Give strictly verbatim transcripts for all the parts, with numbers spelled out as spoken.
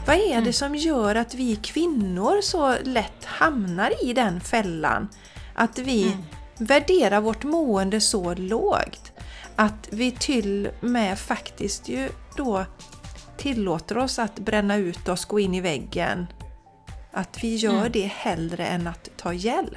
Vad är det Mm. som gör att vi kvinnor så lätt hamnar i den fällan? Att vi Mm. värderar vårt mående så lågt. Att vi till med faktiskt ju då tillåter oss att bränna ut oss, gå in i väggen. Att vi gör Mm. det hellre än att ta hjälp.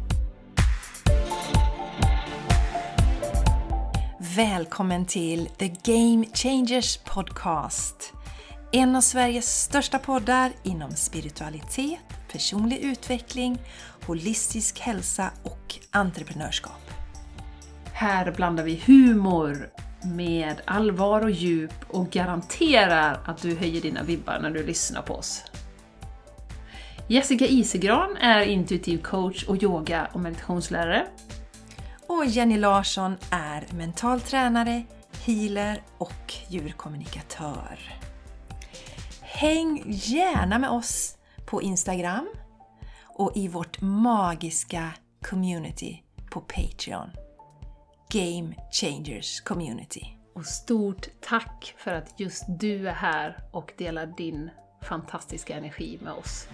Välkommen till The Game Changers Podcast. En av Sveriges största poddar inom spiritualitet, personlig utveckling, holistisk hälsa och entreprenörskap. Här blandar vi humor med allvar och djup och garanterar att du höjer dina vibbar när du lyssnar på oss. Jessica Isegran är intuitiv coach och yoga- och meditationslärare. Och Jenny Larsson är mental tränare, healer och djurkommunikatör. Häng gärna med oss på Instagram och i vårt magiska community på Patreon. Game Changers Community. Och stort tack för att just du är här och delar din fantastiska energi med oss.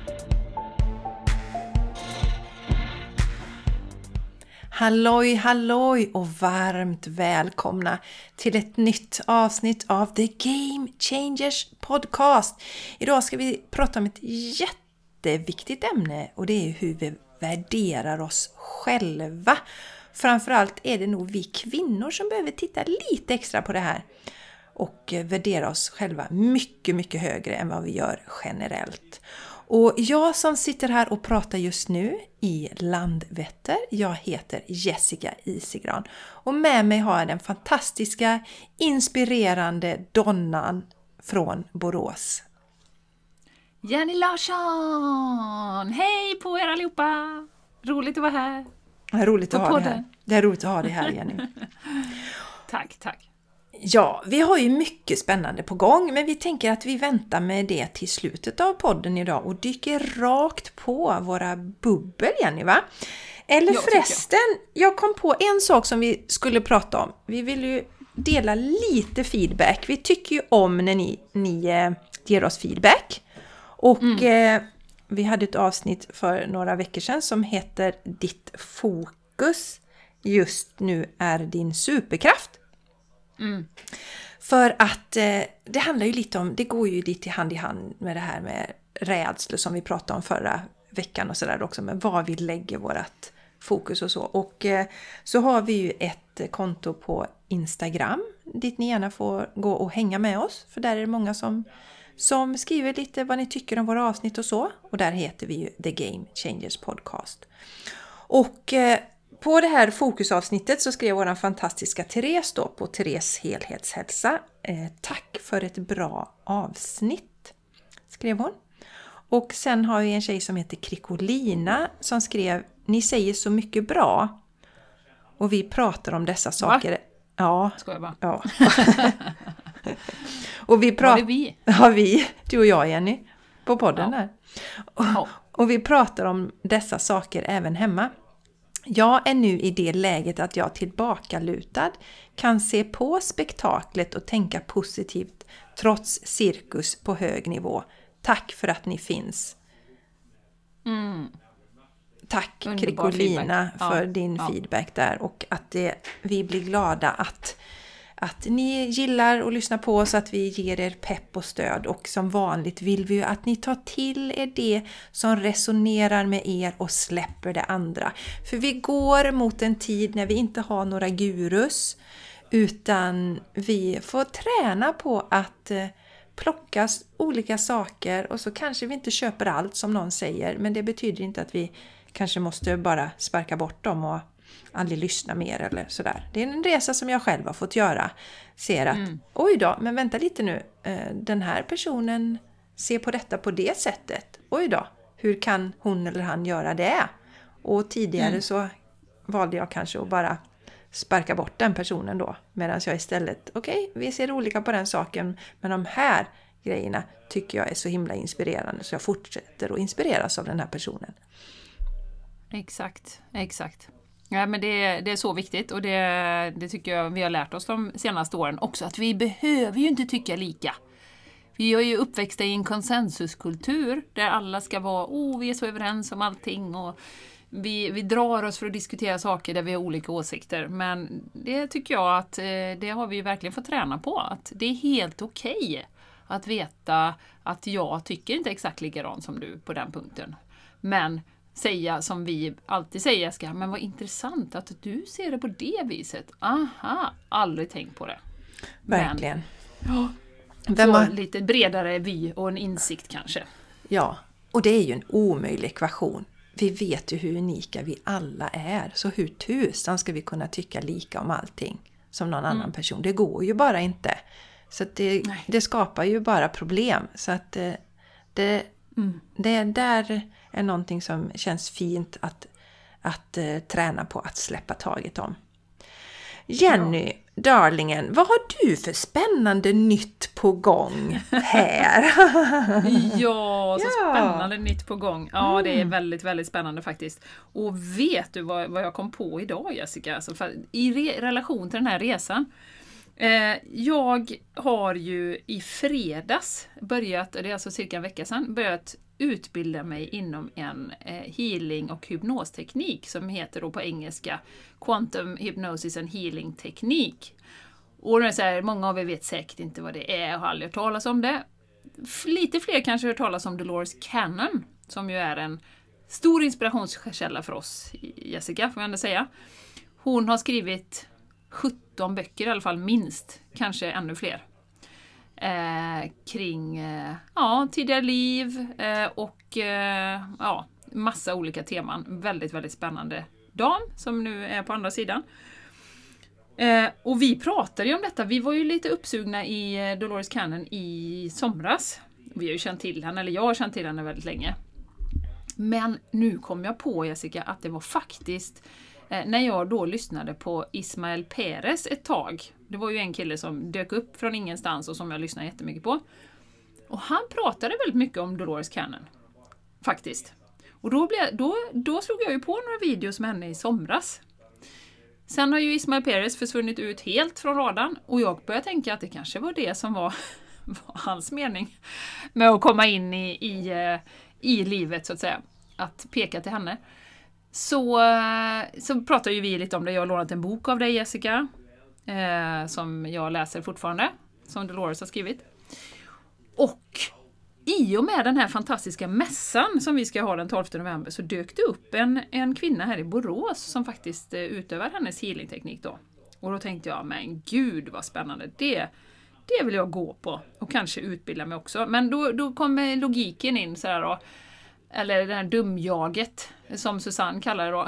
Halloj, halloj och varmt välkomna till ett nytt avsnitt av The Game Changers Podcast. Idag ska vi prata om ett jätteviktigt ämne och det är hur vi värderar oss själva. Framförallt är det nog vi kvinnor som behöver titta lite extra på det här och värdera oss själva mycket, mycket högre än vad vi gör generellt. Och jag som sitter här och pratar just nu i Landvetter, jag heter Jessica Isegran. Och med mig har jag den fantastiska, inspirerande Donnan från Borås. Jenny Larsson! Hej på er allihopa! Roligt att vara här. Det är roligt att På ha podden. det här. Det är roligt att ha det här, Jenny. Tack, tack. Ja, vi har ju mycket spännande på gång, men vi tänker att vi väntar med det till slutet av podden idag och dyker rakt på våra bubbel, Jenny, va? Eller Ja, förresten, jag. jag kom på en sak som vi skulle prata om. Vi vill ju dela lite feedback. Vi tycker ju om när ni, ni eh, ger oss feedback. Och mm. eh, vi hade ett avsnitt för några veckor sedan som heter Ditt fokus just nu är din superkraft. Mm. För att eh, det handlar ju lite om, det går ju lite hand i hand med det här med rädsla som vi pratade om förra veckan och sådär också, med var vi lägger vårat fokus och så. Och eh, så har vi ju ett konto på Instagram dit ni gärna får gå och hänga med oss, för där är det många som, som skriver lite vad ni tycker om våra avsnitt och så. Och där heter vi ju The Game Changers Podcast. Och eh, på det här fokusavsnittet så skrev vår fantastiska Therese då på Therese helhetshälsa. Eh, tack för ett bra avsnitt, skrev hon. Och sen har vi en tjej som heter Krikolina som skrev: ni säger så mycket bra. Och vi pratar om dessa saker. Va? Ja. Ska jag bara? Ja. Och vi Var pratar... det vi? Ja, vi. Du och jag, Jenny. På podden Ja. där. Ja. Och, och vi pratar om dessa saker även hemma. Jag är nu i det läget att jag tillbakalutad kan se på spektaklet och tänka positivt trots cirkus på hög nivå. Tack för att ni finns. Mm. Tack Underbar Krikolina feedback. för Ja, din ja. feedback där, och att det, vi blir glada att, att ni gillar och lyssnar på oss, att vi ger er pepp och stöd, och som vanligt vill vi ju att ni tar till er det som resonerar med er och släpper det andra. För vi går mot en tid när vi inte har några gurus, utan vi får träna på att eh, plocka olika saker, och så kanske vi inte köper allt som någon säger, men det betyder inte att vi kanske måste bara sparka bort dem och aldrig lyssna mer eller sådär. Det är en resa som jag själv har fått göra. Ser att, mm. oj då, men vänta lite nu. Den här personen ser på detta på det sättet. Oj då, hur kan hon eller han göra det? Och tidigare mm. så valde jag kanske att bara sparka bort den personen då. Medan jag istället, okej, okay, vi ser olika på den saken, men de här grejerna tycker jag är så himla inspirerande, så jag fortsätter att inspireras av den här personen. Exakt, exakt. Ja, men det, det är så viktigt, och det, det tycker jag vi har lärt oss de senaste åren också, att vi behöver ju inte tycka lika. Vi är ju uppväxta i en konsensuskultur där alla ska vara, oh vi är så överens om allting och vi, vi drar oss för att diskutera saker där vi har olika åsikter. Men det tycker jag att det har vi ju verkligen fått träna på. Att det är helt okej att veta att jag tycker inte exakt likadant som du på den punkten. Men säga som vi alltid säger, ska, men vad intressant att du ser det på det viset. Aha, aldrig tänkt på det. Verkligen. Men, ja, Vem så har... lite bredare vy och en insikt kanske. Ja, och det är ju en omöjlig ekvation. Vi vet ju hur unika vi alla är. Så hur tusan ska vi kunna tycka lika om allting som någon annan mm. person? Det går ju bara inte. Så att det, det skapar ju bara problem. Så att det, det, mm. det där är någonting som känns fint att, att uh, träna på att släppa taget om. Jenny, ja. Darlingen, vad har du för spännande nytt på gång här? Ja, så ja. spännande nytt på gång. Ja, mm. det är väldigt, väldigt spännande faktiskt. Och vet du vad, vad jag kom på idag, Jessica? Alltså för, i re, relation till den här resan. Eh, jag har ju i fredags börjat, det är alltså cirka en vecka sedan, börjat utbilda mig inom en eh, healing- och hypnosteknik som heter då på engelska Quantum Hypnosis and Healing Teknik. Och det är så här, många av er vet säkert inte vad det är och har aldrig hört talas om det. Lite fler kanske har hört talas om Dolores Cannon, som ju är en stor inspirationskälla för oss, Jessica, får jag ändå säga. Hon har skrivit sjutton böcker i alla fall, minst, kanske ännu fler. Eh, kring eh, ja, tidigare liv eh, och eh, ja, massa olika teman. Väldigt, väldigt spännande dam som nu är på andra sidan. Eh, och vi pratade ju om detta. Vi var ju lite uppsugna i eh, Dolores Cannon i somras. Vi har ju känt till henne, eller jag har känt till henne väldigt länge. Men nu kom jag på, Jessica, att det var faktiskt eh, när jag då lyssnade på Ismael Perez ett tag. Det var ju en kille som dök upp från ingenstans och som jag lyssnade jättemycket på. Och han pratade väldigt mycket om Dolores Cannon. Faktiskt. Och då, blev, då, då slog jag ju på några videos med henne i somras. Sen har ju Ismael Perez försvunnit ut helt från radarn. Och jag började tänka att det kanske var det som var, var hans mening. Med att komma in i, i, i livet så att säga. Att peka till henne. Så, så pratar ju vi lite om det. Jag har lånat en bok av dig, Jessica. Eh, som jag läser fortfarande. Som Dolores har skrivit. Och i och med den här fantastiska mässan som vi ska ha den tolfte november så dök det upp en, en kvinna här i Borås som faktiskt eh, utövar hennes healingteknik då. Och då tänkte jag, men gud vad spännande, det, det vill jag gå på och kanske utbilda mig också. Men då, då kommer logiken in så här då, eller det här dumjaget som Susanne kallar det då.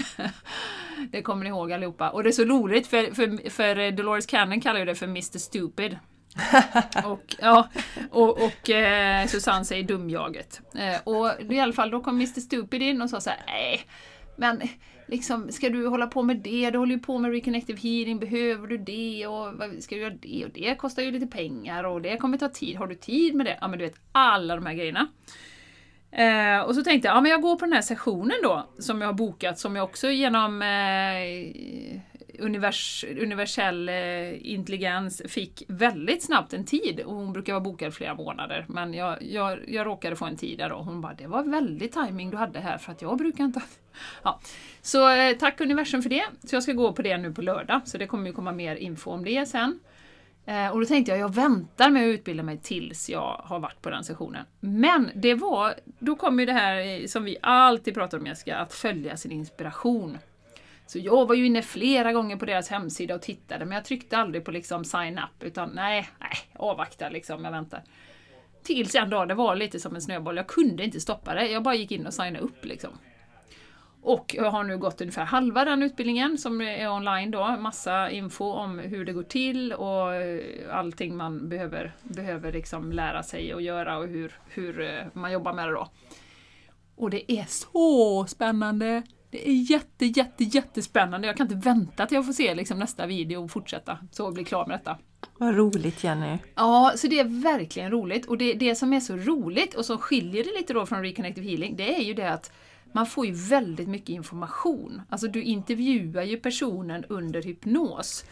Det kommer ni ihåg allihopa. Och det är så roligt för, för, för Dolores Cannon kallar ju det för mister Stupid. och ja, och, och eh, Susanne säger dumjaget. Eh, och i alla fall då kom mister Stupid in och sa så här: nej, men liksom, ska du hålla på med det? Du håller ju på med reconnective healing, behöver du det? Och ska du göra det? Och det kostar ju lite pengar och det kommer ta tid. Har du tid med det? Ja, men du vet, alla de här grejerna. Eh, och så tänkte jag, ja men jag går på den här sessionen då som jag har bokat, som jag också genom eh, univers, universell eh, intelligens fick väldigt snabbt en tid. Och hon brukar vara bokad flera månader, men jag, jag, jag råkade få en tid där och hon bara, det var väldigt timing du hade här för att jag brukar inte. Ja. Så eh, tack universum för det. Så jag ska gå på det nu på lördag, så det kommer ju komma mer info om det sen. Eh, och då tänkte jag, jag väntar med att utbilda mig tills jag har varit på den sessionen. Men det var, då kom ju det här som vi alltid pratar om, Jessica, att följa sin inspiration. Så jag var ju inne flera gånger på deras hemsida och tittade, men jag tryckte aldrig på liksom sign up, utan nej, nej, avvakta liksom, jag väntar. Tills en dag, det var lite som en snöboll, jag kunde inte stoppa det, jag bara gick in och signade upp liksom. Och jag har nu gått ungefär halva den utbildningen som är online då. Massa info om hur det går till och allting man behöver, behöver liksom lära sig och göra och hur, hur man jobbar med det då. Och det är så spännande. Det är jätte, jätte, jättespännande. Jag kan inte vänta till jag får se liksom nästa video och fortsätta så bli klar med detta. Vad roligt, Jenny. Ja, så det är verkligen roligt. Och det, det som är så roligt och som skiljer det lite då från Reconnective Healing, det är ju det att man får ju väldigt mycket information. Alltså du intervjuar ju personen under hypnos.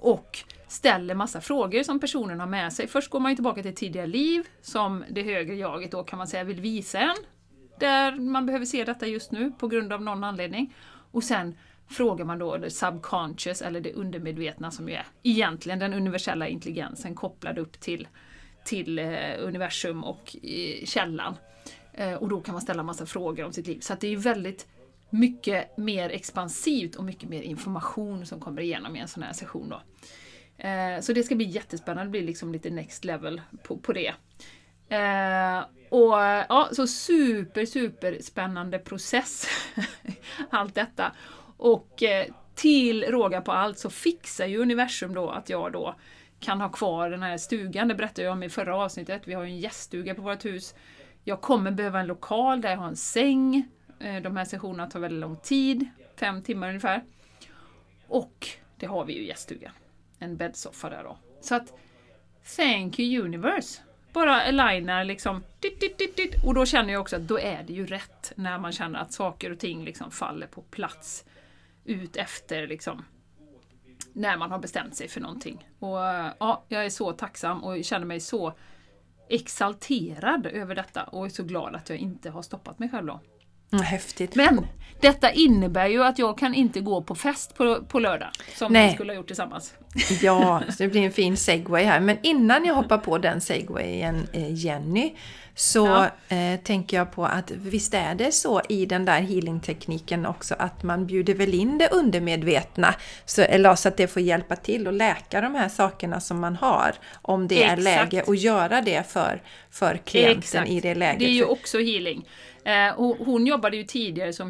och ställer massa frågor som personen har med sig. Först går man ju tillbaka till tidigare liv som det högre jaget då kan man säga vill visa en. Där man behöver se detta just nu på grund av någon anledning. Och sen frågar man då det subconscious eller det undermedvetna som ju är egentligen den universella intelligensen kopplad upp till, till eh, universum och eh, källan. Eh, och då kan man ställa massa frågor om sitt liv. Så att det är väldigt mycket mer expansivt och mycket mer information som kommer igenom i en sån här session då. Eh, så det ska bli jättespännande, det blir liksom lite next level på, på det. Eh, och ja, så super, super spännande process allt detta. Och eh, till råga på allt så fixar ju universum då att jag då kan ha kvar den här stugan. Det berättade jag om i förra avsnittet. Vi har ju en gäststuga på vårt hus. Jag kommer behöva en lokal där jag har en säng. Eh, de här sessionerna tar väldigt lång tid. Fem timmar ungefär. Och det har vi ju i gäststugan. En bäddsoffa där då. Så att thank you universe. Bara alignar liksom. Dit, dit, dit, dit. Och då känner jag också att då är det ju rätt. När man känner att saker och ting liksom faller på plats. Ut efter liksom. När man har bestämt sig för någonting. Och ja, jag är så tacksam och känner mig så exalterad över detta. Och är så glad att jag inte har stoppat mig själv då. Mm, häftigt. Men detta innebär ju att jag kan inte gå på fest på, på lördag. Som Nej. vi skulle ha gjort tillsammans. Ja, så det blir en fin segway här. Men innan jag hoppar på den segwayen, Jenny, så ja. eh, tänker jag på att visst är det så i den där healingtekniken också att man bjuder väl in det undermedvetna. Så, eller så att det får hjälpa till att läka de här sakerna som man har. Om det Exakt. är läge att göra det för, för klienten Exakt. i det läget. Det är ju också healing. Eh, hon, hon jobbade ju tidigare som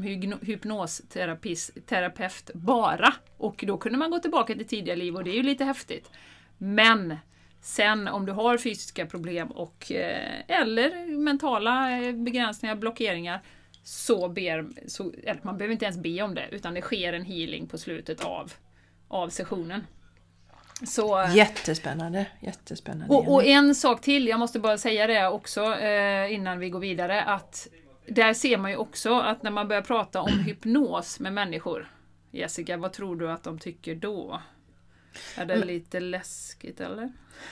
hypnosterapeut bara. Och då kunde man gå tillbaka till tidigare liv och det är ju lite häftigt. Men sen om du har fysiska problem och, eh, eller mentala begränsningar, blockeringar så ber, så, eller man behöver inte ens be om det utan det sker en healing på slutet av, av sessionen. Så, jättespännande, jättespännande. Och, och en sak till, jag måste bara säga det också eh, innan vi går vidare att där ser man ju också att när man börjar prata om hypnos med människor. Jessica, vad tror du att de tycker då? Är det lite läskigt eller?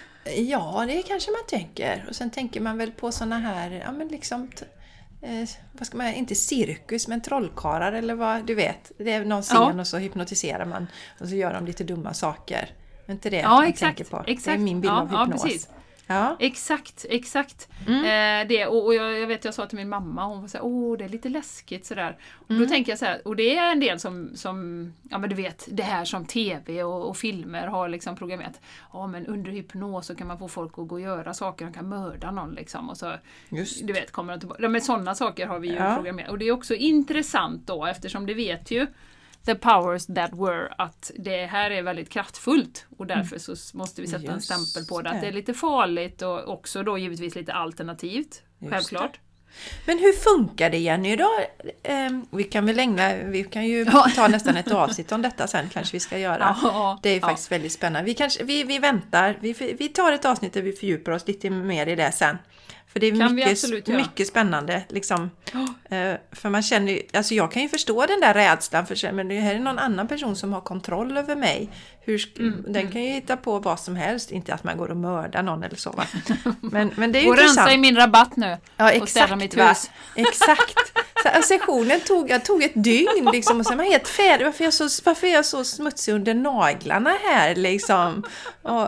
Ja, det kanske man tänker. Och sen tänker man väl på såna här, ja men liksom, eh, vad ska man säga, inte cirkus men trollkarlar eller vad, du vet. Det är någon scen ja. och så hypnotiserar man och så gör de lite dumma saker. Är inte det ja, man exakt, tänker på? Exakt. Det är min bild ja, av hypnos. Ja, precis. Ja. Exakt, exakt. Mm. Eh, det, och, och jag, jag vet, jag sa till min mamma, hon var så här, åh det är lite läskigt sådär. Och mm. då tänker jag så här, och det är en del som, som ja men du vet, det här som tv och, och filmer har liksom programmerat. Ja men under hypnos så kan man få folk att gå och göra saker, de kan mörda någon liksom. Och så, Just. du vet, kommer de tillbaka. Ja, men sådana saker har vi ju ja. programmerat. Och det är också intressant då, eftersom det vet ju the powers that were att det här är väldigt kraftfullt och därför så måste vi sätta Just en stämpel på det. Att det är lite farligt och också då givetvis lite alternativt, Just självklart. Det. Men hur funkar det Jenny då? Um, vi kan väl ägna, vi kan ju ja. ta nästan ett avsnitt om detta sen kanske vi ska göra. Ja, det är ja. faktiskt väldigt spännande. Vi, kanske, vi, vi väntar, vi, vi tar ett avsnitt där vi fördjupar oss lite mer i det sen. För det är kan mycket, mycket spännande. Liksom. Oh. Uh, för man känner ju, alltså jag kan ju förstå den där rädslan. För, men det här är någon annan person som har kontroll över mig. Hur, mm, den mm. kan ju hitta på vad som helst. Inte att man går och mördar någon eller så. Va? Men, men det är ju och intressant. rensa i min rabatt nu. Ja, och exakt. ställa mitt hus. Exakt. Så, sessionen tog, jag tog ett dygn. Liksom, och sen var jag helt färdig. Varför är jag så, varför är jag så smutsig under naglarna här? Liksom? Och...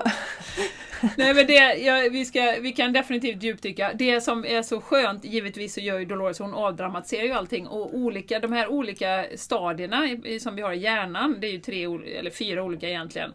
Nej men det, ja, vi, ska, vi kan definitivt djupdyka. Det som är så skönt, givetvis så gör ju Dolores, hon avdramatiserar ju allting. Och olika, de här olika stadierna som vi har i hjärnan, det är ju tre eller fyra olika egentligen.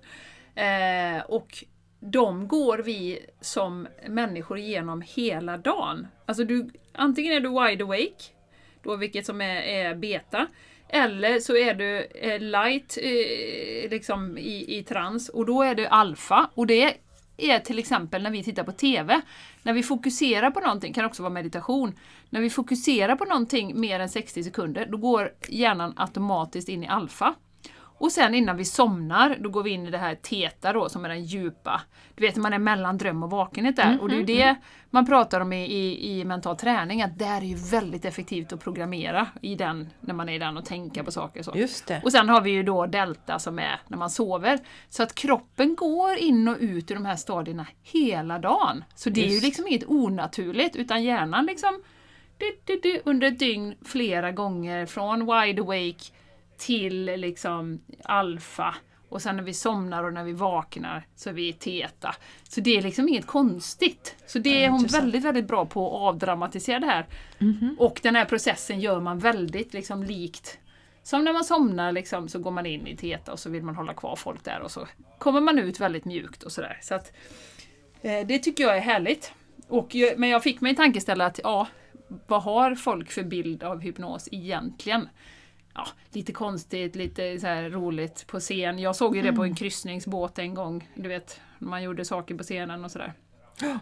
Eh, och de går vi som människor igenom hela dagen. Alltså du, antingen är du wide awake, då vilket som är, är beta. Eller så är du eh, light eh, liksom i, i trans och då är du alfa. Och det är till exempel när vi tittar på tv. När vi fokuserar på någonting, kan också vara meditation. När vi fokuserar på någonting mer än sextio sekunder, då går hjärnan automatiskt in i alfa. Och sen innan vi somnar, då går vi in i det här teta då, som är den djupa. Du vet, man är mellan dröm och vakenhet där. Mm, och det är ju det man pratar om i, i, i mental träning, att det är ju väldigt effektivt att programmera i den, när man är i den och tänka på saker och så. Just det. Och sen har vi ju då delta som är när man sover. Så att kroppen går in och ut i de här stadierna hela dagen. Så det Just. är ju liksom inget onaturligt, utan hjärnan liksom du, du, du, under ett dygn flera gånger från wide awake till liksom alfa, och sen när vi somnar och när vi vaknar så är vi i teta. Så det är liksom inget konstigt. Så det är hon väldigt, väldigt bra på att avdramatisera det här. Mm-hmm. Och den här processen gör man väldigt liksom likt. Som när man somnar liksom, så går man in i teta och så vill man hålla kvar folk där och så kommer man ut väldigt mjukt och sådär. Så att eh, det tycker jag är härligt. Och, men jag fick mig en tankeställa att ja, vad har folk för bild av hypnos egentligen? Ja, lite konstigt, lite så här roligt på scen. Jag såg ju det på en kryssningsbåt en gång. Du vet, man gjorde saker på scenen och sådär. Ja.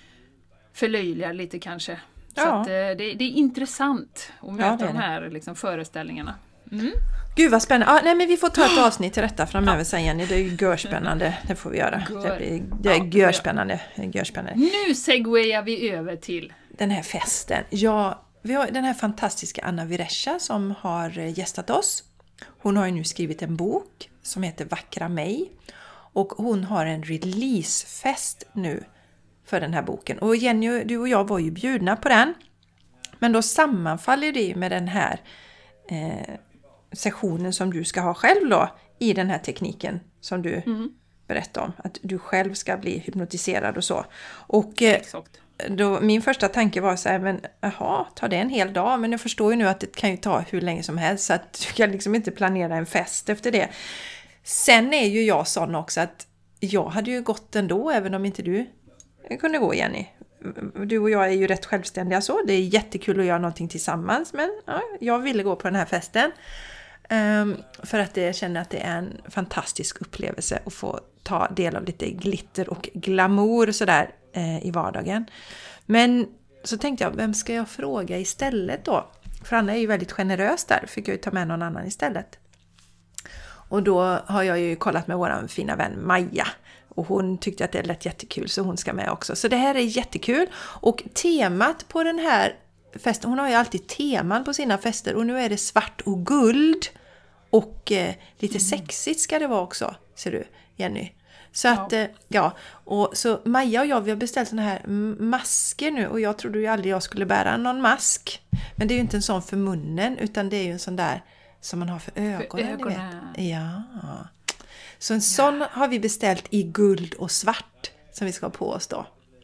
Förlöjligar lite kanske. Så ja. att, det, det är intressant att möta ja, de här liksom, föreställningarna. Mm. Gud vad spännande. Ah, nej, men vi får ta ett avsnitt till detta framöver ja. sen, Jenny. Det är ju görspännande. Det får vi göra. Gör. Det, blir, det är ja, görspännande. görspännande. Nu segwayar vi över till den här festen. Ja, vi har den här fantastiska Anna Viresha som har gästat oss. Hon har ju nu skrivit en bok som heter Vackra mig. Och hon har en releasefest nu för den här boken. Och Jenny, du och jag var ju bjudna på den. Men då sammanfaller det med den här eh, sessionen som du ska ha själv då. I den här tekniken som du mm. berättade om. Att du själv ska bli hypnotiserad och så. Och eh, Exakt. Då, min första tanke var så här, men jaha, tar det en hel dag? Men jag förstår ju nu att det kan ju ta hur länge som helst, så att du kan liksom inte planera en fest efter det. Sen är ju jag sån också att jag hade ju gått ändå, även om inte du kunde gå, Jenny. Du och jag är ju rätt självständiga så, det är jättekul att göra någonting tillsammans, men ja, jag ville gå på den här festen. Um, för att jag känner att det är en fantastisk upplevelse att få ta del av lite glitter och glamour sådär eh, i vardagen. Men så tänkte jag, vem ska jag fråga istället då? För Anna är ju väldigt generös där, fick jag ju ta med någon annan istället. Och då har jag ju kollat med våran fina vän Maja. Och hon tyckte att det lät jättekul, så hon ska med också. Så det här är jättekul. Och temat på den här festen, hon har ju alltid teman på sina fester. Och nu är det svart och guld. Och eh, lite mm. sexigt ska det vara också, ser du, Jenny. Så att, ja. Eh, ja. Och så Maja och jag, vi har beställt såna här masker nu. Och jag trodde ju aldrig jag skulle bära någon mask. Men det är ju inte en sån för munnen, utan det är ju en sån där som man har för ögonen. För ögonen. Vet. Ja. Så en sån ja. har vi beställt i guld och svart som vi ska ha på oss då.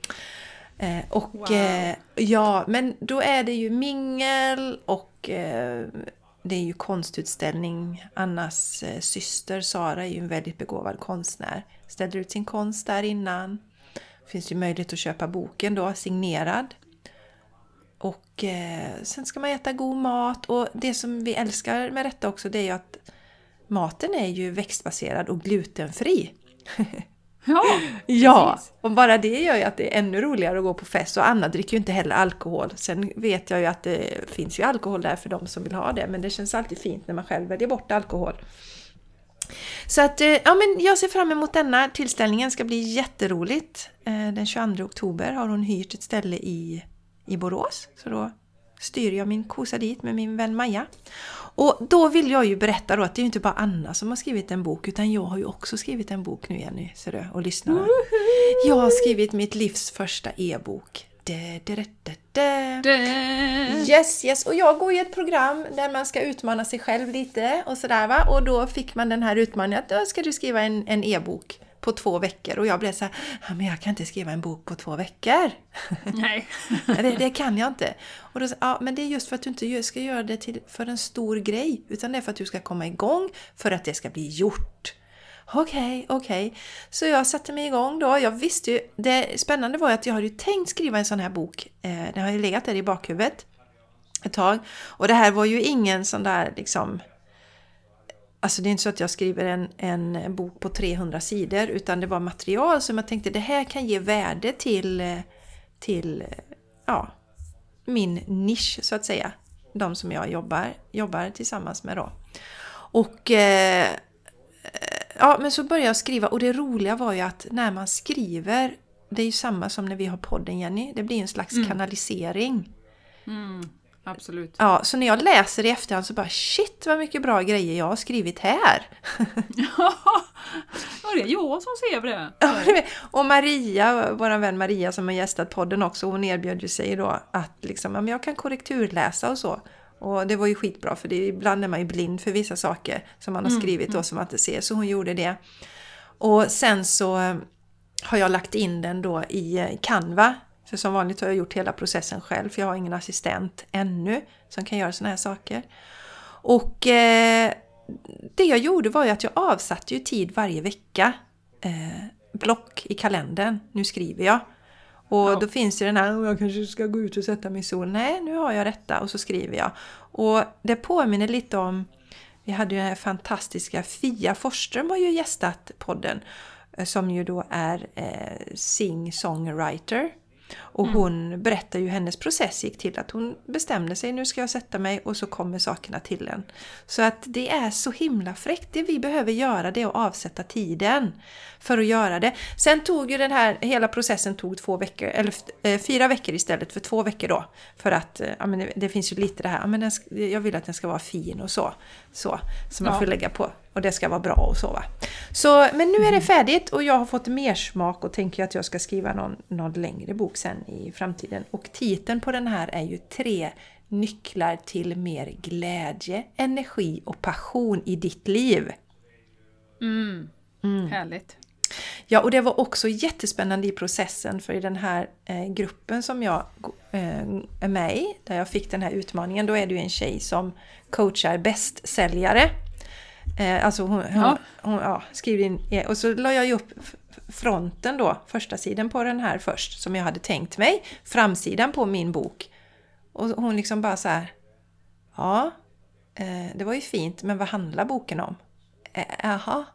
Eh, och wow. eh, ja, men då är det ju mingel och eh, det är ju konstutställning. Annas eh, syster Sara är ju en väldigt begåvad konstnär. Ställer ut sin konst där innan. Finns ju möjlighet att köpa boken då, signerad. Och eh, sen ska man äta god mat. Och det som vi älskar med detta också, det är ju att maten är ju växtbaserad och glutenfri. Ja, ja, och bara det gör ju att det är ännu roligare att gå på fest. Och Anna dricker ju inte heller alkohol. Sen vet jag ju att det finns ju alkohol där för de som vill ha det. Men det känns alltid fint när man själv väljer bort alkohol. Så att, ja, men jag ser fram emot denna tillställningen. Ska bli jätteroligt. Den tjugoandra oktober har hon hyrt ett ställe i, i Borås. Så då styr jag min kosa dit med min vän Maja. Och då vill jag ju berätta då att det är ju inte bara Anna som har skrivit en bok, utan jag har ju också skrivit en bok nu, Jenny, ser du, och lyssnar. Jag har skrivit mitt livs första e-bok. Da, da, da, da, da. Yes, yes. Och jag går i ett program där man ska utmana sig själv lite och sådär, va. Och då fick man den här utmaningen att då ska du skriva en, en e-bok på två veckor. Och jag blev så här, ja, men jag kan inte skriva en bok på två veckor. Nej. det, det kan jag inte. Och då sa ja, men det är just för att du inte ska göra det till, för en stor grej. Utan det är för att du ska komma igång, för att det ska bli gjort. Okej, okay, okej. Okay. Så jag satte mig igång då. Jag visste ju, det spännande var att jag hade ju tänkt skriva en sån här bok. Eh, den har ju legat där i bakhuvudet ett tag. Och det här var ju ingen sån där liksom... Alltså det är inte så att jag skriver en, en bok på trehundra sidor, utan det var material som jag tänkte det här kan ge värde till, till ja, min nisch så att säga. De som jag jobbar, jobbar tillsammans med då. Och eh, ja, men så började jag skriva och det roliga var ju att när man skriver, det är ju samma som när vi har podden, Jenny, det blir en slags mm. kanalisering. Mm, absolut. Ja, så när jag läser i efterhand så bara, shit vad mycket bra grejer jag har skrivit här. Ja, det är jag som ser det. Ja, och Maria, vår vän Maria som har gästat podden också, hon erbjöd ju sig då att liksom, ja, jag kan korrekturläsa och så. Och det var ju skitbra för det, ibland är man ju blind för vissa saker som man har skrivit mm, då som man inte ser. Så hon gjorde det. Och sen så har jag lagt in den då i Canva. För som vanligt har jag gjort hela processen själv för jag har ingen assistent ännu som kan göra såna här saker. Och eh, det jag gjorde var ju att jag avsatte ju tid varje vecka. Eh, block i kalendern. Nu skriver jag. Och ja. Då finns det den här, jag kanske ska gå ut och sätta mig i sol. Nej, nu har jag detta och så skriver jag. Och det påminner lite om, vi hade ju den här fantastiska Fia Forsström har ju gästat podden. Som ju då är eh, sing-songwriter. Och mm. hon berättar ju hennes process gick till att hon bestämde sig, nu ska jag sätta mig och så kommer sakerna till en. Så att det är så himla fräckt. Det vi behöver göra det är att avsätta tiden för att göra det. Sen tog ju den här, hela processen tog två veckor, eller eh, fyra veckor istället för två veckor då. För att, eh, ja men det, det finns ju lite det här, ja men den, jag vill att den ska vara fin och så. Så, som man ja. får lägga på. Och det ska vara bra och så va. Så, men nu är det färdigt och jag har fått mer smak och tänker att jag ska skriva någon, någon längre bok sen i framtiden. Och titeln på den här är ju tre nycklar till mer glädje, energi och passion i ditt liv. Mm. Mm. Härligt. Ja, och det var också jättespännande i processen för i den här eh, gruppen som jag eh, är med i, där jag fick den här utmaningen, då är det ju en tjej som coachar bästsäljare. Eh, alltså hon, hon, ja. hon ja, skriver in, och så la jag ju upp fronten då, första sidan på den här först, som jag hade tänkt mig, framsidan på min bok. Och hon liksom bara så här, ja, eh, det var ju fint, men vad handlar boken om? Jaha.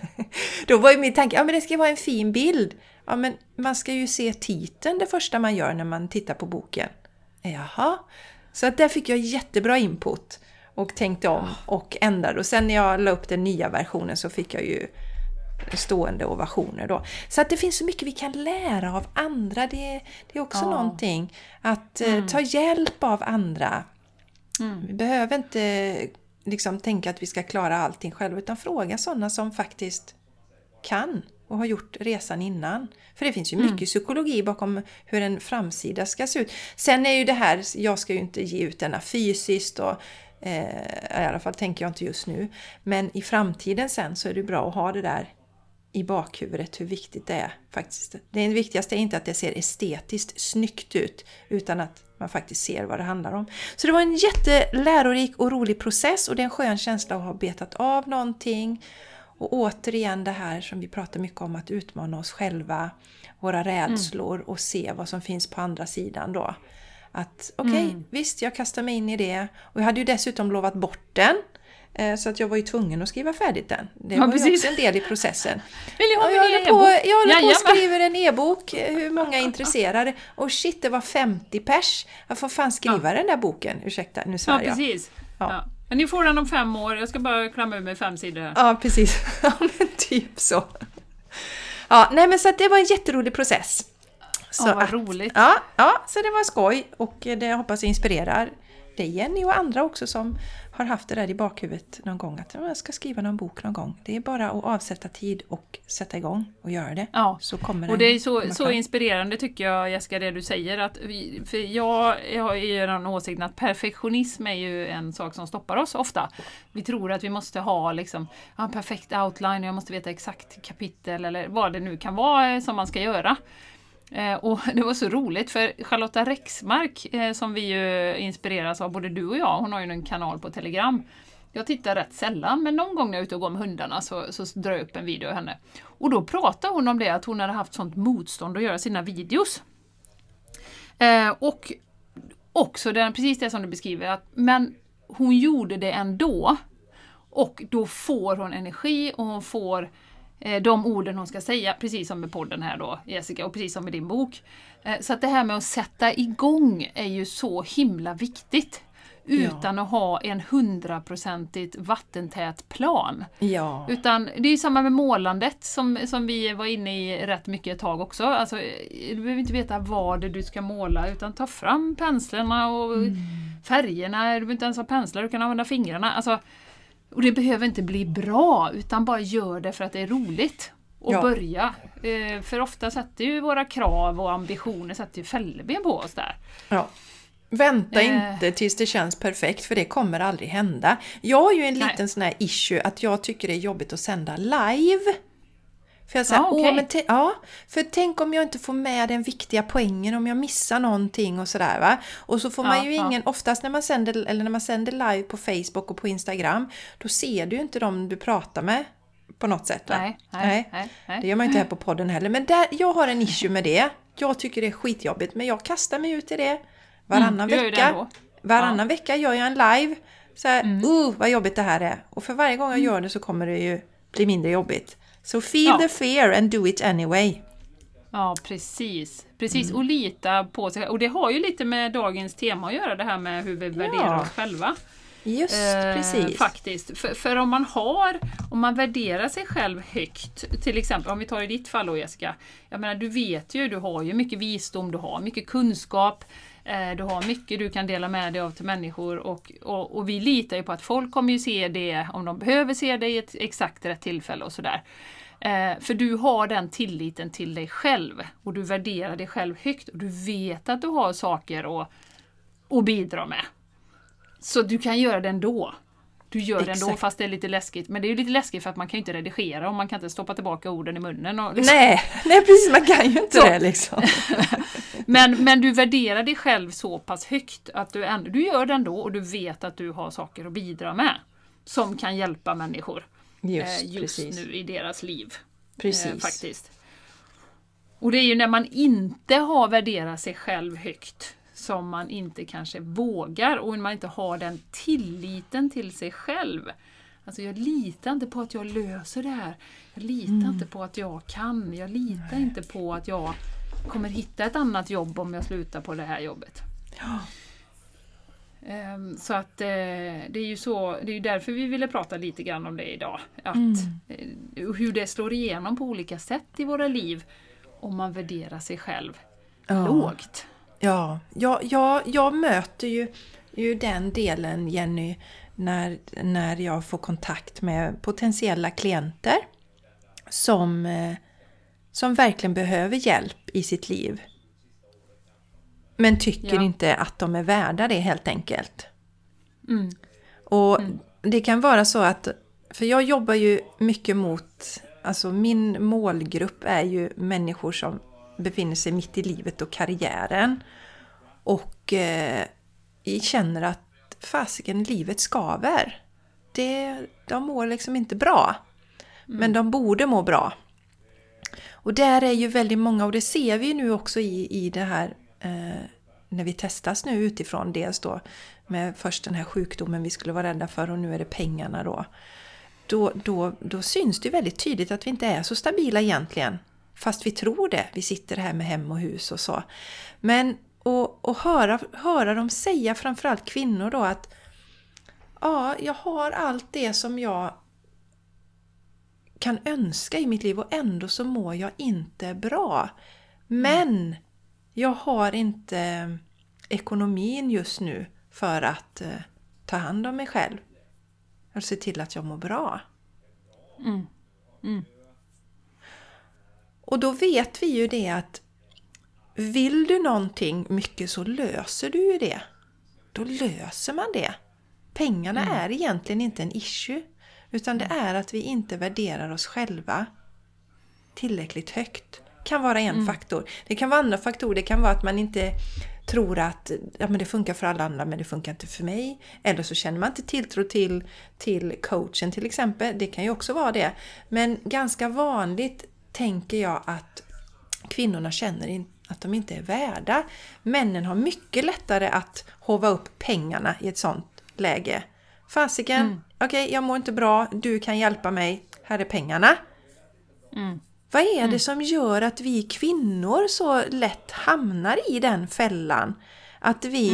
Då var ju min tanke, ja men det ska vara en fin bild. Ja men man ska ju se titeln det första man gör när man tittar på boken. Jaha. Så att där fick jag jättebra input och tänkte om och ändrade. Och sen när jag la upp den nya versionen så fick jag ju stående ovationer då. Så att det finns så mycket vi kan lära av andra. Det, det är också ja. någonting att mm. ta hjälp av andra. Mm. Vi behöver inte liksom tänka att vi ska klara allting själv, utan fråga sådana som faktiskt kan och har gjort resan innan. För det finns ju mycket mm. psykologi bakom hur en framsida ska se ut. Sen är ju det här, jag ska ju inte ge ut denna fysiskt och eh, i alla fall tänker jag inte just nu. Men i framtiden sen så är det bra att ha det där i bakhuvudet hur viktigt det är faktiskt. Det viktigaste är inte att det ser estetiskt snyggt ut, utan att man faktiskt ser vad det handlar om. Så det var en jättelärorik och rolig process, och det är en skön känsla att ha betat av någonting. Och återigen det här som vi pratar mycket om, att utmana oss själva, våra rädslor mm. och se vad som finns på andra sidan då. Att okej, okay, mm. visst jag kastar mig in i det. Och jag hade ju dessutom lovat bort den. Så att jag var ju tvungen att skriva färdigt den. Det ja, var ju också en del i processen. Vill jag, jag håller på, jag håller på och skriver en e-bok. Hur många är intresserade? Och shit, det var femtio pers. Jag får fan skriva ja. den där boken. Ursäkta, nu svär jag. Ja, precis. Ja. Ja. Men ni får den om fem år. Jag ska bara klamma ur med fem sidor. Ja, precis. Ja, men typ så. Ja, nej men så att det var en jätterolig process. Så ja, vad att, roligt. Ja, ja, så det var skoj. Och det jag hoppas inspirerar dig, Jenny, och andra också som har haft det där i bakhuvudet någon gång, att jag ska skriva någon bok någon gång. Det är bara att avsätta tid och sätta igång och göra det. Ja, så kommer och det är så, så inspirerande tycker jag, Jessica, det du säger. Att vi, för jag, jag har ju den åsikten att perfektionism är ju en sak som stoppar oss ofta. Vi tror att vi måste ha liksom, en perfekt outline, jag måste veta exakt kapitel eller vad det nu kan vara som man ska göra. Eh, och det var så roligt för Charlotta Rexmark eh, som vi ju inspireras av, både du och jag, hon har ju en kanal på Telegram. Jag tittar rätt sällan, men någon gång när jag är ute och går med hundarna så, så drar jag upp en video av henne. Och då pratar hon om det, att hon hade haft sånt motstånd att göra sina videos. Eh, och också det, precis det som du beskriver, att, men hon gjorde det ändå. Och då får hon energi och hon får de orden hon ska säga, precis som med podden här då, Jessica, och precis som med din bok. Så att det här med att sätta igång är ju så himla viktigt. utan ja. att ha en hundraprocentigt vattentät plan. Ja. Utan det är ju samma med målandet som, som vi var inne i rätt mycket ett tag också. Alltså, du behöver inte veta vad du ska måla utan ta fram penslarna och mm. färgerna. Du behöver inte ens ha penslar, du kan använda fingrarna. Alltså, och det behöver inte bli bra utan bara gör det för att det är roligt. Och ja. börja. Eh, för ofta sätter ju våra krav och ambitioner sätter ju fälleben på oss där. Ja. Vänta eh. inte tills det känns perfekt, för det kommer aldrig hända. Jag har ju en liten Nej. sån här issue att jag tycker det är jobbigt att sända live. För jag säger, ja, okay. åh, men te- ja, för tänk om jag inte får med den viktiga poängen, om jag missar någonting och sådär, va? Och så får man ja, ju ingen, ja. oftast när man sänder, eller när man sänder live på Facebook och på Instagram, då ser du ju inte dem du pratar med på något sätt, va? Nej, nej, nej, nej. Det gör man inte här på podden heller. Men där, jag har en issue med det. Jag tycker det är skitjobbigt, men jag kastar mig ut i det varannan mm, vecka. Varannan ja. vecka gör jag en live. Så här, mm. uh, vad jobbigt det här är. Och för varje gång jag gör det så kommer det ju bli mindre jobbigt. Så feel ja. the fear and do it anyway. Ja, precis. Precis, mm. och lita på sig. Och det har ju lite med dagens tema att göra, det här med hur vi värderar ja. oss själva. Just, eh, precis. Faktiskt. För, för om man har, om man värderar sig själv högt, till exempel om vi tar i ditt fall då, Jessica. Jag menar, du vet ju, du har ju mycket visdom, du har mycket kunskap, eh, du har mycket du kan dela med dig av till människor och, och, och vi litar ju på att folk kommer ju se det om de behöver se det i ett exakt rätt tillfälle och sådär. Eh, för du har den tilliten till dig själv och du värderar dig själv högt och du vet att du har saker att, att bidra med. Så du kan göra det ändå. Du gör det ändå fast det är lite läskigt. Men det är ju lite läskigt för att man kan ju inte redigera och man kan inte stoppa tillbaka orden i munnen. Och liksom. nej, nej, precis. Man kan ju inte så. det liksom. men, men du värderar dig själv så pass högt att du, ändå, du gör det ändå och du vet att du har saker att bidra med. Som kan hjälpa människor just, eh, just nu i deras liv. Precis. Eh, faktiskt. Och det är ju när man inte har värderat sig själv högt som man inte kanske vågar och man inte har den tilliten till sig själv. Alltså jag litar inte på att jag löser det här. Jag litar mm. inte på att jag kan. Jag litar Nej. inte på att jag kommer hitta ett annat jobb om jag slutar på det här jobbet. Ja. Um, så att uh, det är ju så, det är ju därför vi ville prata lite grann om det idag. Att, mm. uh, hur det slår igenom på olika sätt i våra liv om man värderar sig själv ja. lågt. Ja, jag, jag, jag möter ju, ju den delen, Jenny, när, när jag får kontakt med potentiella klienter som, som verkligen behöver hjälp i sitt liv. Men tycker ja. inte att de är värda det helt enkelt. Mm. Och mm. det kan vara så att, för jag jobbar ju mycket mot, alltså min målgrupp är ju människor som befinner sig mitt i livet och karriären och eh, känner att fasiken, livet skaver. Det, de mår liksom inte bra. Mm. Men de borde må bra. Och där är ju väldigt många, och det ser vi nu också i, i det här eh, när vi testas nu utifrån, dels då med först den här sjukdomen vi skulle vara rädda för och nu är det pengarna då. Då, då, då syns det väldigt tydligt att vi inte är så stabila egentligen. Fast vi tror det. Vi sitter här med hem och hus och så. Men och, och höra, höra dem säga, framförallt kvinnor då, att ja, jag har allt det som jag kan önska i mitt liv och ändå så mår jag inte bra. Men mm. jag har inte ekonomin just nu för att eh, ta hand om mig själv. Och se till att jag mår bra. Mm. Mm. Och då vet vi ju det att vill du någonting mycket så löser du ju det. Då löser man det. Pengarna mm. är egentligen inte en issue. Utan det är att vi inte värderar oss själva tillräckligt högt. Kan vara en mm. faktor. Det kan vara andra faktorer. Det kan vara att man inte tror att ja, men det funkar för alla andra men det funkar inte för mig. Eller så känner man inte tilltro till, till coachen till exempel. Det kan ju också vara det. Men ganska vanligt tänker jag att kvinnorna känner att de inte är värda. Männen har mycket lättare att hova upp pengarna i ett sånt läge. Fasiken, mm. okej, okay, jag mår inte bra, du kan hjälpa mig, här är pengarna. Mm. Vad är det mm. som gör att vi kvinnor så lätt hamnar i den fällan? Att vi, mm.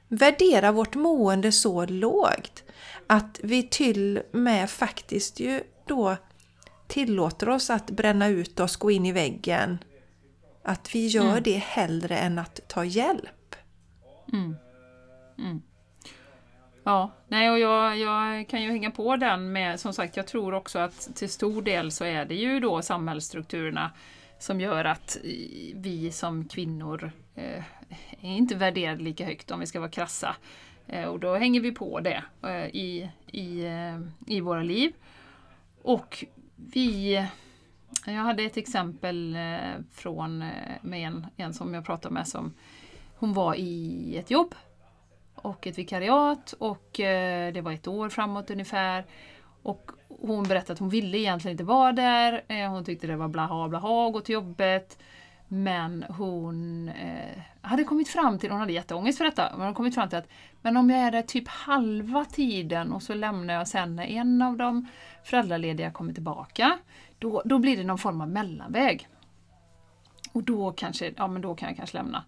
värdera vårt mående så lågt att vi till med faktiskt ju då tillåter oss att bränna ut oss, gå in i väggen. Att vi gör mm. det hellre än att ta hjälp. Mm. Mm. Ja, nej, och jag, jag kan ju hänga på den med, som sagt, jag tror också att till stor del så är det ju då samhällsstrukturerna som gör att vi som kvinnor eh, är inte värderade lika högt, om vi ska vara krassa. Eh, och då hänger vi på det eh, i, i, eh, i våra liv. Och vi... Jag hade ett exempel eh, från eh, med en, en som jag pratade med, som hon var i ett jobb och ett vikariat, och eh, det var ett år framåt ungefär, och hon berättade att hon ville egentligen inte vara där, eh, hon tyckte det var blaha blaha att gå till jobbet, men hon eh, hade kommit fram till, hon hade jätteångest för detta, men hon hade kommit fram till att men om jag är där typ halva tiden och så lämnar jag sen när en av de föräldralediga kommer tillbaka, då, då blir det någon form av mellanväg, och då kanske, ja men då kan jag kanske lämna.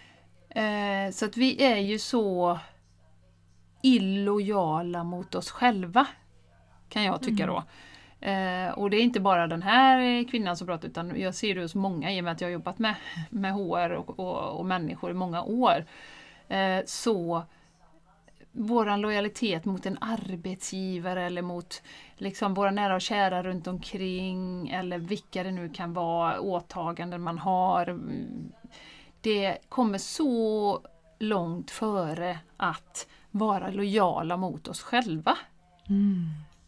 Eh, så att vi är ju så illojala mot oss själva, kan jag tycka då. Eh, och det är inte bara den här kvinnan som pratar, utan jag ser det hos många, i och med att jag har jobbat med, med H R och, och, och människor i många år. Eh, så våran lojalitet mot en arbetsgivare eller mot liksom våra nära och kära runt omkring, eller vilka det nu kan vara, åtaganden man har, det kommer så långt före att vara lojala mot oss själva. Mm.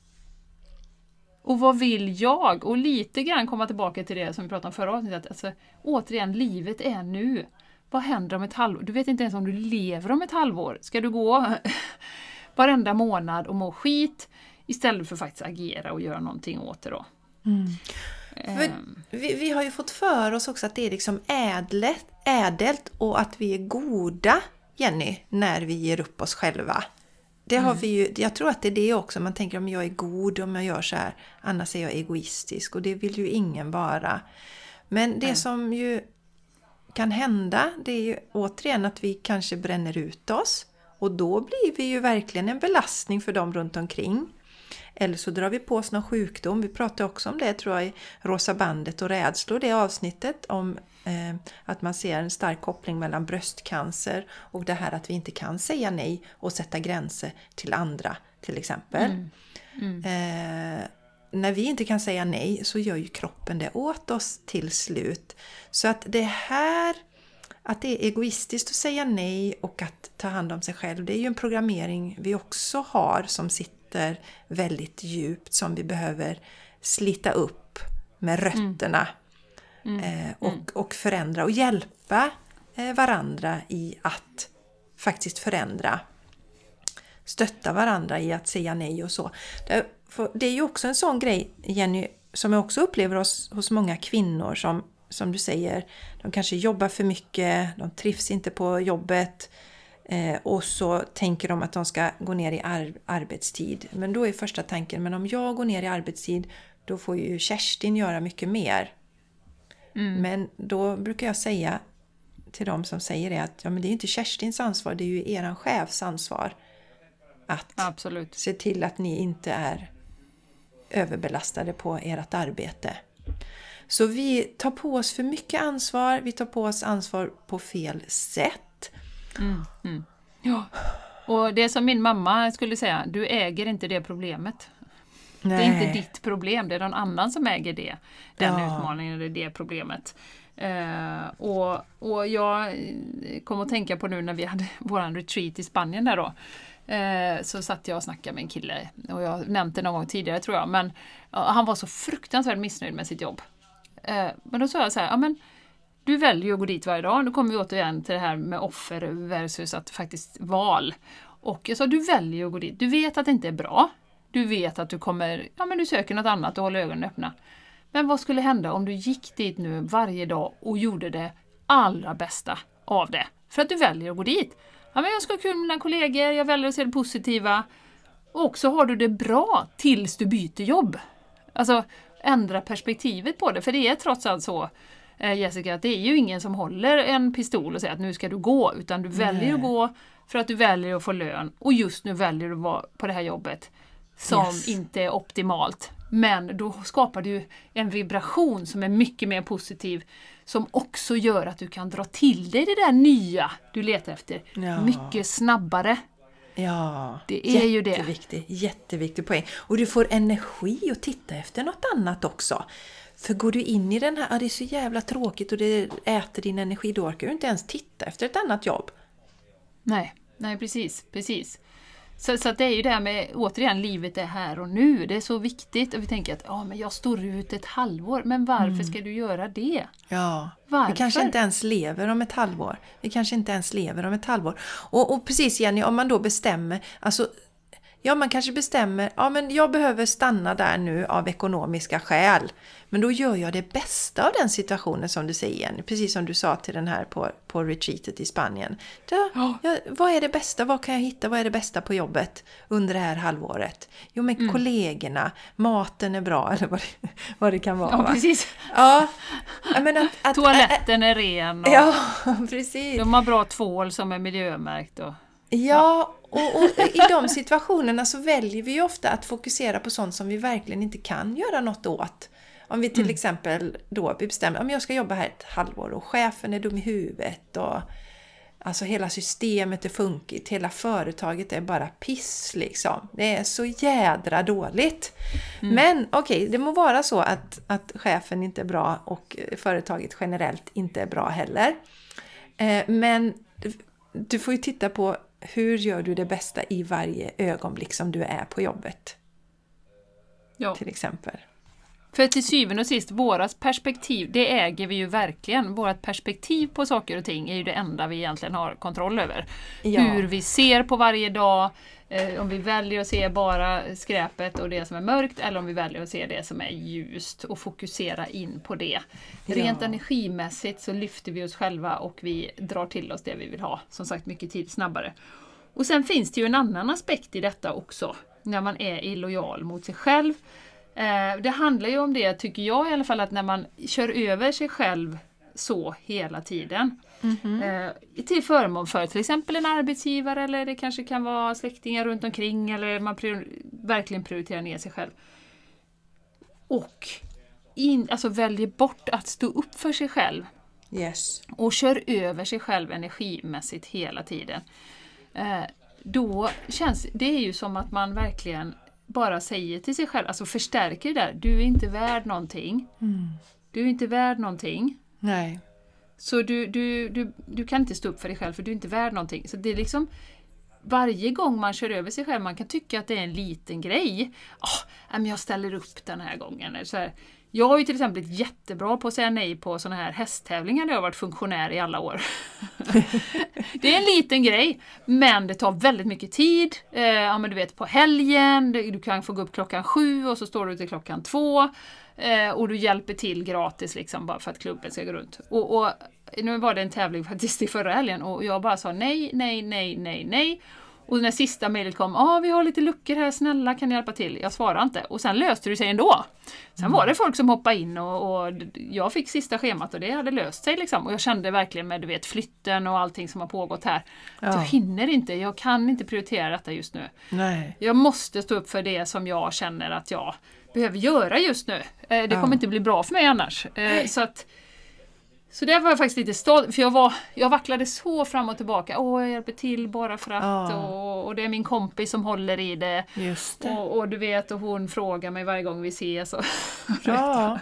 Och vad vill jag? Och lite grann komma tillbaka till det som vi pratade om förra avsnittet. Alltså, återigen, livet är nu. Vad händer om ett halvår? Du vet inte ens om du lever om ett halvår. Ska du gå varenda månad och må skit istället för att faktiskt agera och göra någonting åt det då? Mm. För vi, vi har ju fått för oss också att det är liksom ädlet, ädelt och att vi är goda, Jenny, när vi ger upp oss själva. Det har mm. vi ju, jag tror att det är det också. Man tänker om jag är god, om jag gör så här, annars är jag egoistisk, och det vill ju ingen vara. Men det mm. som ju kan hända, det är ju återigen att vi kanske bränner ut oss, och då blir vi ju verkligen en belastning för dem runt omkring. Eller så drar vi på oss någon sjukdom. Vi pratade också om det, tror jag, i Rosa bandet och rädslor, det avsnittet om eh, att man ser en stark koppling mellan bröstcancer och det här att vi inte kan säga nej och sätta gränser till andra, till exempel. Mm. Mm. Eh, när vi inte kan säga nej så gör ju kroppen det åt oss till slut. Så att det här, att det är egoistiskt att säga nej och att ta hand om sig själv, det är ju en programmering vi också har som sitter väldigt djupt, som vi behöver slita upp med rötterna mm. Mm. Eh, och, och förändra och hjälpa eh, varandra i att faktiskt förändra. Stötta varandra i att säga nej och så. Det, för, det är ju också en sån grej, Jenny, som jag också upplever hos, hos många kvinnor som, som du säger, de kanske jobbar för mycket, de trivs inte på jobbet, eh, och så tänker de att de ska gå ner i ar- arbetstid. Men då är första tanken, men om jag går ner i arbetstid, då får ju Kerstin göra mycket mer. Mm. Men då brukar jag säga till dem som säger det att ja, men det är inte Kerstins ansvar, det är ju eran chefs ansvar att Absolut. se till att ni inte är överbelastade på ert arbete. Så vi tar på oss för mycket ansvar, vi tar på oss ansvar på fel sätt. Mm, mm. Ja. Och det som min mamma skulle säga, du äger inte det problemet. Nej. Det är inte ditt problem, det är någon annan som äger det. Den ja. utmaningen eller det problemet. Uh, och, och jag kom att tänka på nu när vi hade våran retreat i Spanien där då. Uh, så satt jag och snackade med en kille, och jag nämnde det någon gång tidigare tror jag, men uh, han var så fruktansvärt missnöjd med sitt jobb. Uh, men då sa jag så här, ja men du väljer ju att gå dit varje dag. Nu kommer vi återigen till det här med offer versus att faktiskt val. Och jag sa, du väljer ju att gå dit. Du vet att det inte är bra. Du vet att du kommer, ja men du söker något annat och håller ögonen öppna. Men vad skulle hända om du gick dit nu varje dag och gjorde det allra bästa av det? För att du väljer att gå dit. Ja, men jag ska ha kul med mina kollegor, jag väljer att se det positiva. Och så har du det bra tills du byter jobb. Alltså ändra perspektivet på det. För det är trots allt så, eh, Jessica, att det är ju ingen som håller en pistol och säger att nu ska du gå, utan du väljer Nej. att gå för att du väljer att få lön, och just nu väljer du att vara på det här jobbet som yes. inte är optimalt. Men då skapar du en vibration som är mycket mer positiv, som också gör att du kan dra till dig det där nya du letar efter ja. mycket snabbare. Ja, det är ju det. Jätteviktig, jätteviktig poäng. Och du får energi att titta efter något annat också. För går du in i den här, ah, det är så jävla tråkigt och det äter din energi, då orkar du inte ens titta efter ett annat jobb. Nej, nej precis, precis. Så, så att det är ju det här med, återigen, livet är här och nu. Det är så viktigt. Och vi tänker att ja, men jag står ut ett halvår. Men varför mm. ska du göra det? Ja, varför? Vi kanske inte ens lever om ett halvår. Vi kanske inte ens lever om ett halvår. Och, och precis Jenny, om man då bestämmer, alltså ja, man kanske bestämmer, ja men jag behöver stanna där nu av ekonomiska skäl. Men då gör jag det bästa av den situationen, som du säger Jenny. Precis som du sa till den här på, på retreatet i Spanien. Då, ja. Ja, vad är det bästa? Vad kan jag hitta? Vad är det bästa på jobbet under det här halvåret? Jo, men mm. kollegorna, maten är bra, eller vad det, vad det kan vara. Ja, va? precis. Ja, men att, att, toaletten är ren. Och ja, precis. De har bra tvål som är miljömärkt. Och, ja, ja. Och, och i de situationerna så väljer vi ju ofta att fokusera på sånt som vi verkligen inte kan göra något åt. Om vi till mm. exempel då bestämmer om jag ska jobba här ett halvår och chefen är dum i huvudet och alltså hela systemet är funkigt, hela företaget är bara piss liksom. Det är så jädra dåligt. Mm. Men okej, okay, det må vara så att, att chefen inte är bra och företaget generellt inte är bra heller. Eh, men du får ju titta på hur gör du det bästa i varje ögonblick som du är på jobbet. Ja. Till exempel. För till syvende och sist, vårat perspektiv, det äger vi ju verkligen. Vårat perspektiv på saker och ting är ju det enda vi egentligen har kontroll över. Ja. Hur vi ser på varje dag, eh, om vi väljer att se bara skräpet och det som är mörkt, eller om vi väljer att se det som är ljust och fokusera in på det. Ja. Rent energimässigt så lyfter vi oss själva och vi drar till oss det vi vill ha. Som sagt, mycket tid snabbare. Och sen finns det ju en annan aspekt i detta också, när man är illojal mot sig själv. Det handlar ju om det, tycker jag i alla fall, att när man kör över sig själv så hela tiden. Mm-hmm. Till förmån för till exempel en arbetsgivare, eller det kanske kan vara släktingar runt omkring, eller man prior- verkligen prioriterar ner sig själv. Och in, alltså väljer bort att stå upp för sig själv. Yes. Och kör över sig själv energimässigt hela tiden. Då känns det är ju som att man verkligen bara säger till sig själv, alltså förstärker det där. Du är inte värd någonting. Mm. Du är inte värd någonting. Nej. Så du, du, du, du kan inte stå upp för dig själv, för du är inte värd någonting. Så det är liksom, varje gång man kör över sig själv, man kan tycka att det är en liten grej. Oh, jag ställer upp den här gången. Så här. Jag har ju till exempel blivit jättebra på att säga nej på såna här hästtävlingar där jag har varit funktionär i alla år. Det är en liten grej, men det tar väldigt mycket tid. Eh, ja, men du vet, på helgen, du kan få gå upp klockan sju och så står du till klockan två. Eh, och du hjälper till gratis liksom, bara för att klubben ska gå runt. Och, och nu var det en tävling faktiskt i förra helgen och jag bara sa nej, nej, nej, nej, nej. Och när sista mejlet kom, ja ah, vi har lite luckor här, snälla kan ni hjälpa till? Jag svarade inte. Och sen löste det sig ändå. Sen mm. var det folk som hoppade in och, och jag fick sista schemat och det hade löst sig liksom. Och jag kände verkligen med, du vet, flytten och allting som har pågått här. Ja. Att jag hinner inte, jag kan inte prioritera detta just nu. Nej. Jag måste stå upp för det som jag känner att jag behöver göra just nu. Det kommer ja. inte bli bra för mig annars. Nej. Så att Så där var jag faktiskt lite stolt, för jag, var, jag vacklade så fram och tillbaka. Åh, jag hjälper till bara för att, ja. och, och det är min kompis som håller i det. Just det. Och, och du vet, och hon frågar mig varje gång vi ses. Och ja.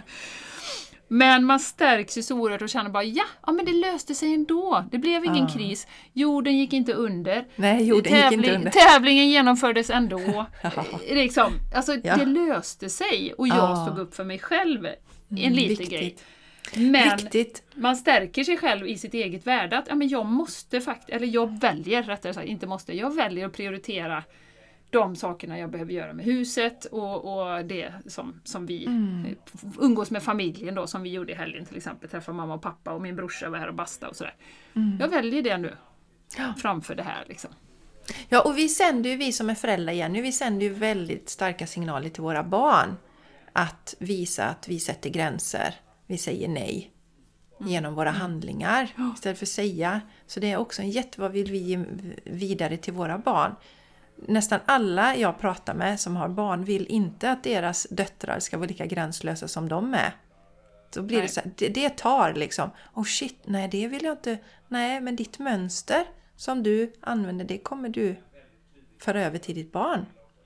Men man stärks ju så oerhört och känner bara, ja, ja men det löste sig ändå. Det blev ingen ja. kris. Jorden gick inte under. Nej, jorden Tävling, gick inte under. Tävlingen genomfördes ändå. liksom, alltså, ja. det löste sig. Och jag ja. stod upp för mig själv. En mm, liten viktigt. grej. Men Viktigt. Man stärker sig själv i sitt eget värde. Att ja, men jag måste faktiskt, eller jag väljer rättare sagt, inte måste, jag väljer att prioritera de sakerna jag behöver göra med huset och, och det som, som vi mm. umgås med familjen då, som vi gjorde i helgen till exempel. Träffa mamma och pappa och min brorsa var här och basta och sådär. Mm. Jag väljer det nu ja. framför det här liksom. Ja, och vi sänder ju, vi som är föräldrar igen, vi sänder ju väldigt starka signaler till våra barn att visa att vi sätter gränser. Vi säger nej. mm. genom våra mm. handlingar istället för att säga. Så det är också en jätte, vad vill vi ge vidare till våra barn? Nästan alla jag pratar med som har barn vill inte att deras döttrar ska vara lika gränslösa som de är. Så blir nej. det så här, det, det tar liksom, oh shit, nej det vill jag inte, nej men ditt mönster som du använder, det kommer du föra över till ditt barn.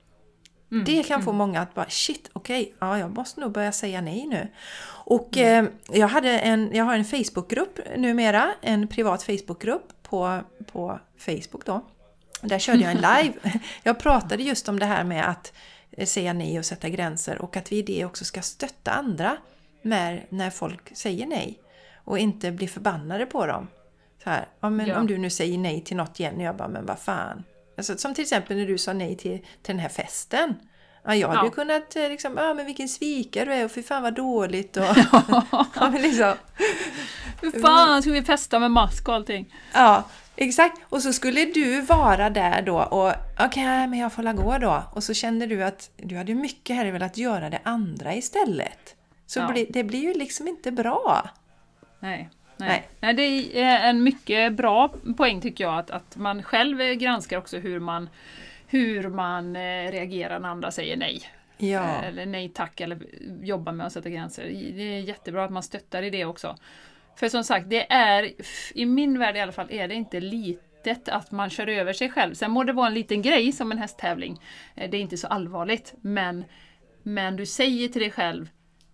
Mm, det kan mm. få många att bara, shit, okej, okay, ja, jag måste nog börja säga nej nu. Och mm. eh, jag, hade en, jag har en Facebookgrupp numera, en privat Facebookgrupp på, på Facebook då. Där körde jag en live. Jag pratade just om det här med att säga nej och sätta gränser och att vi i det också ska stötta andra när, när folk säger nej och inte bli förbannade på dem. Så här, ja, men ja. Om du nu säger nej till något igen, jag bara, men vad fan. Alltså, som till exempel när du sa nej till, till den här festen. Ja, jag hade ja. ju kunnat liksom, ja men vilken svikare du är och för fan vad dåligt. Och, ja, men liksom. Hur fan ska vi festa med mask och allting? Ja, exakt. Och så skulle du vara där då och okej, okay, men jag får la gå då. Och så kände du att du hade mycket hellre velat göra det andra istället. Så ja. bli, det blir ju liksom inte bra. Nej. Nej. Nej, det är en mycket bra poäng tycker jag att, att man själv granskar också hur man, hur man reagerar när andra säger nej. Ja. Eller nej tack eller jobbar med att sätta gränser. Det är jättebra att man stöttar i det också. För som sagt, det är i min värld i alla fall är det inte litet att man kör över sig själv. Sen må det vara en liten grej som en hästtävling. Det är inte så allvarligt. Men, men du säger till dig själv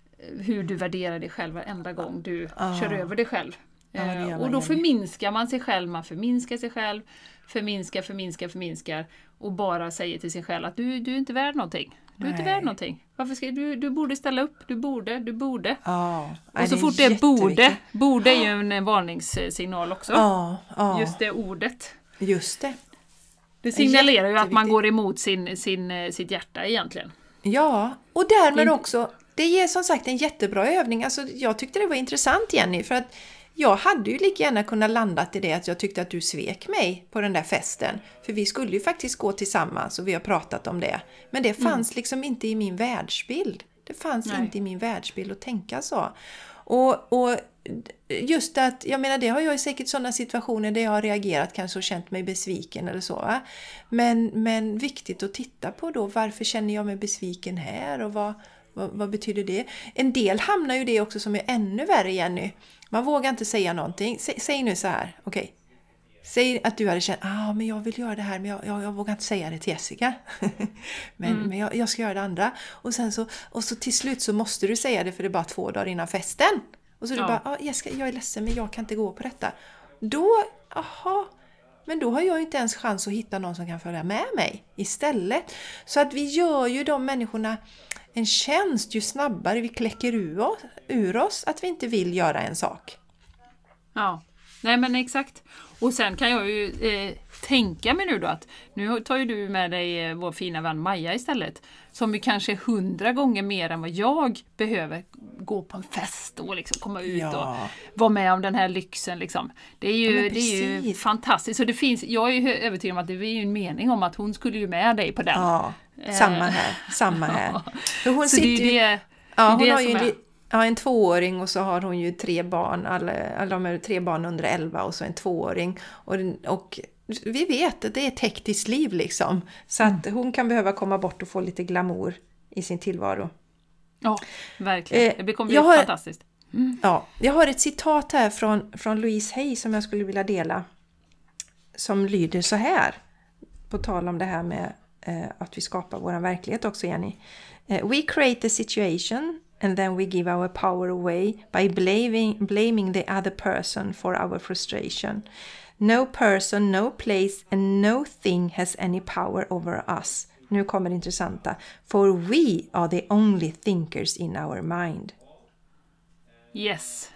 hur du värderar dig själv varenda gång du ah. kör över dig själv. Ja, eh, och då förminskar man sig själv, man förminskar sig själv, förminskar, förminskar, förminskar och bara säger till sig själv att du, du är inte värd någonting. Du är Nej. inte värd någonting. Varför ska du, du borde ställa upp, du borde, du borde. Ah. Och så fort det är borde, borde är ju en varningssignal också. Ah. Ah. Just det ordet. Just det. Det signalerar ju att man går emot sin, sin, sitt hjärta egentligen. Ja, och därmed inte... också det ger som sagt en jättebra övning. Alltså, jag tyckte det var intressant, Jenny, för att jag hade ju lika gärna kunnat landat i det att jag tyckte att du svek mig på den där festen. För vi skulle ju faktiskt gå tillsammans och vi har pratat om det. Men det fanns mm. liksom inte i min världsbild. Det fanns Nej. inte i min världsbild att tänka så. Och, och just att, jag menar det har jag säkert sådana situationer där jag har reagerat kanske och känt mig besviken eller så. Va? Men, men viktigt att titta på då, varför känner jag mig besviken här och vad... Vad, vad betyder det? En del hamnar ju det också som är ännu värre, Jenny. Man vågar inte säga någonting. Säg, säg nu så här, okej. Okay. Säg att du hade känt, ah, men jag vill göra det här, men jag, jag, jag vågar inte säga det till Jessica. men mm. men jag, jag ska göra det andra. Och sen så, och så till slut så måste du säga det för det är bara två dagar innan festen. Och så ja. du bara, ah, Jessica, jag är ledsen men jag kan inte gå på detta. Då, aha... Men då har jag inte ens chans att hitta någon som kan följa med mig istället. Så att vi gör ju de människorna en tjänst ju snabbare vi kläcker ur oss, ur oss att vi inte vill göra en sak. Ja, nej men exakt. Och sen kan jag ju eh, tänka mig nu då att nu tar ju du med dig eh, vår fina vän Maja istället. Som ju kanske hundra gånger mer än vad jag behöver gå på en fest och liksom komma ut ja. och vara med om den här lyxen. Liksom. Det är ju, ja, det är ju fantastiskt. Så det finns, jag är ju övertygad om att det är ju en mening om att hon skulle ju med dig på den. Ja, samma här. Samma här. För hon så sitter det är det, ja, det, är hon det har ju som är... Ja, en tvååring och så har hon ju tre barn, alla, alla de är tre barn under elva och så en tvååring. Och, och vi vet att det är ett hektiskt liv liksom. Så att mm. hon kan behöva komma bort och få lite glamour i sin tillvaro. Ja, verkligen. Det kommer bli jag har, fantastiskt. Mm. Ja, jag har ett citat här från, från Louise Hay som jag skulle vilja dela. Som lyder så här. På tal om det här med eh, att vi skapar vår verklighet också, Jenny. Eh, We create the situation... And then we give our power away by blaming, blaming the other person for our frustration. No person, no place and no thing has any power over us. Nu kommer det intressanta. For we are the only thinkers in our mind. Yes.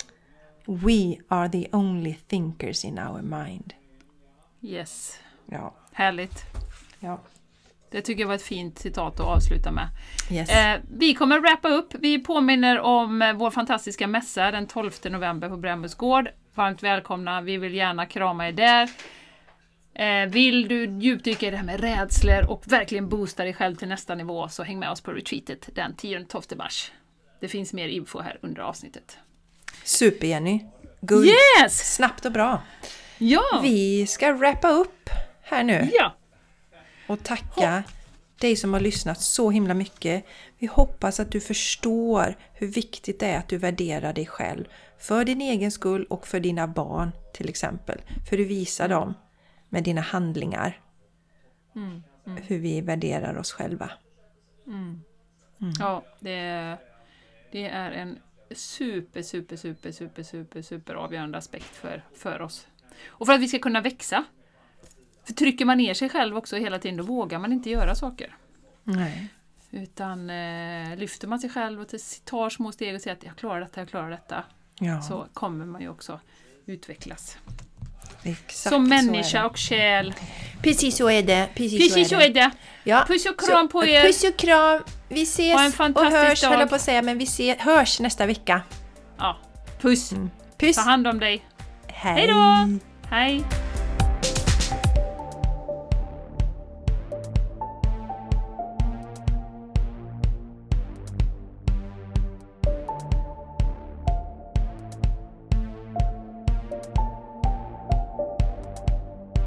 We are the only thinkers in our mind. Yes. Ja. Härligt. Ja. Det tycker jag var ett fint citat att avsluta med. Yes. Eh, vi kommer att wrappa upp. Vi påminner om eh, vår fantastiska mässa den tolfte november på Brännbos gård. Varmt välkomna. Vi vill gärna krama er där. Eh, vill du djupdyka i det här med rädslor och verkligen boosta dig själv till nästa nivå, så häng med oss på retreatet den tionde till tolfte mars. Det finns mer info här under avsnittet. Super Jenny. Good. Yes! Snabbt och bra. Ja. Vi ska wrappa upp här nu. Ja. Och tacka dig som har lyssnat så himla mycket. Vi hoppas att du förstår hur viktigt det är att du värderar dig själv. För din egen skull och för dina barn till exempel. För du visar dem med dina handlingar. Mm, mm. Hur vi värderar oss själva. Mm. Mm. Ja, det, det är en super, super, super, super, super, super avgörande aspekt för, för oss. Och för att vi ska kunna växa. För trycker man ner sig själv också hela tiden, då vågar man inte göra saker. Nej. Utan eh, lyfter man sig själv och tar små steg och säger att jag klarar detta, jag klarar detta. Ja. Så kommer man ju också utvecklas. Exakt, som människa och själ. Precis så är det. Precis, Precis så är det. Så är det. Ja. Puss och kram så, på er. Puss och kram. Vi ses ha en fantastisk och hörs, dag. höll jag på att säga, men vi ses, hörs nästa vecka. Ja, puss. Mm. Puss. Ta hand om dig. Hej. Hej då. Hej.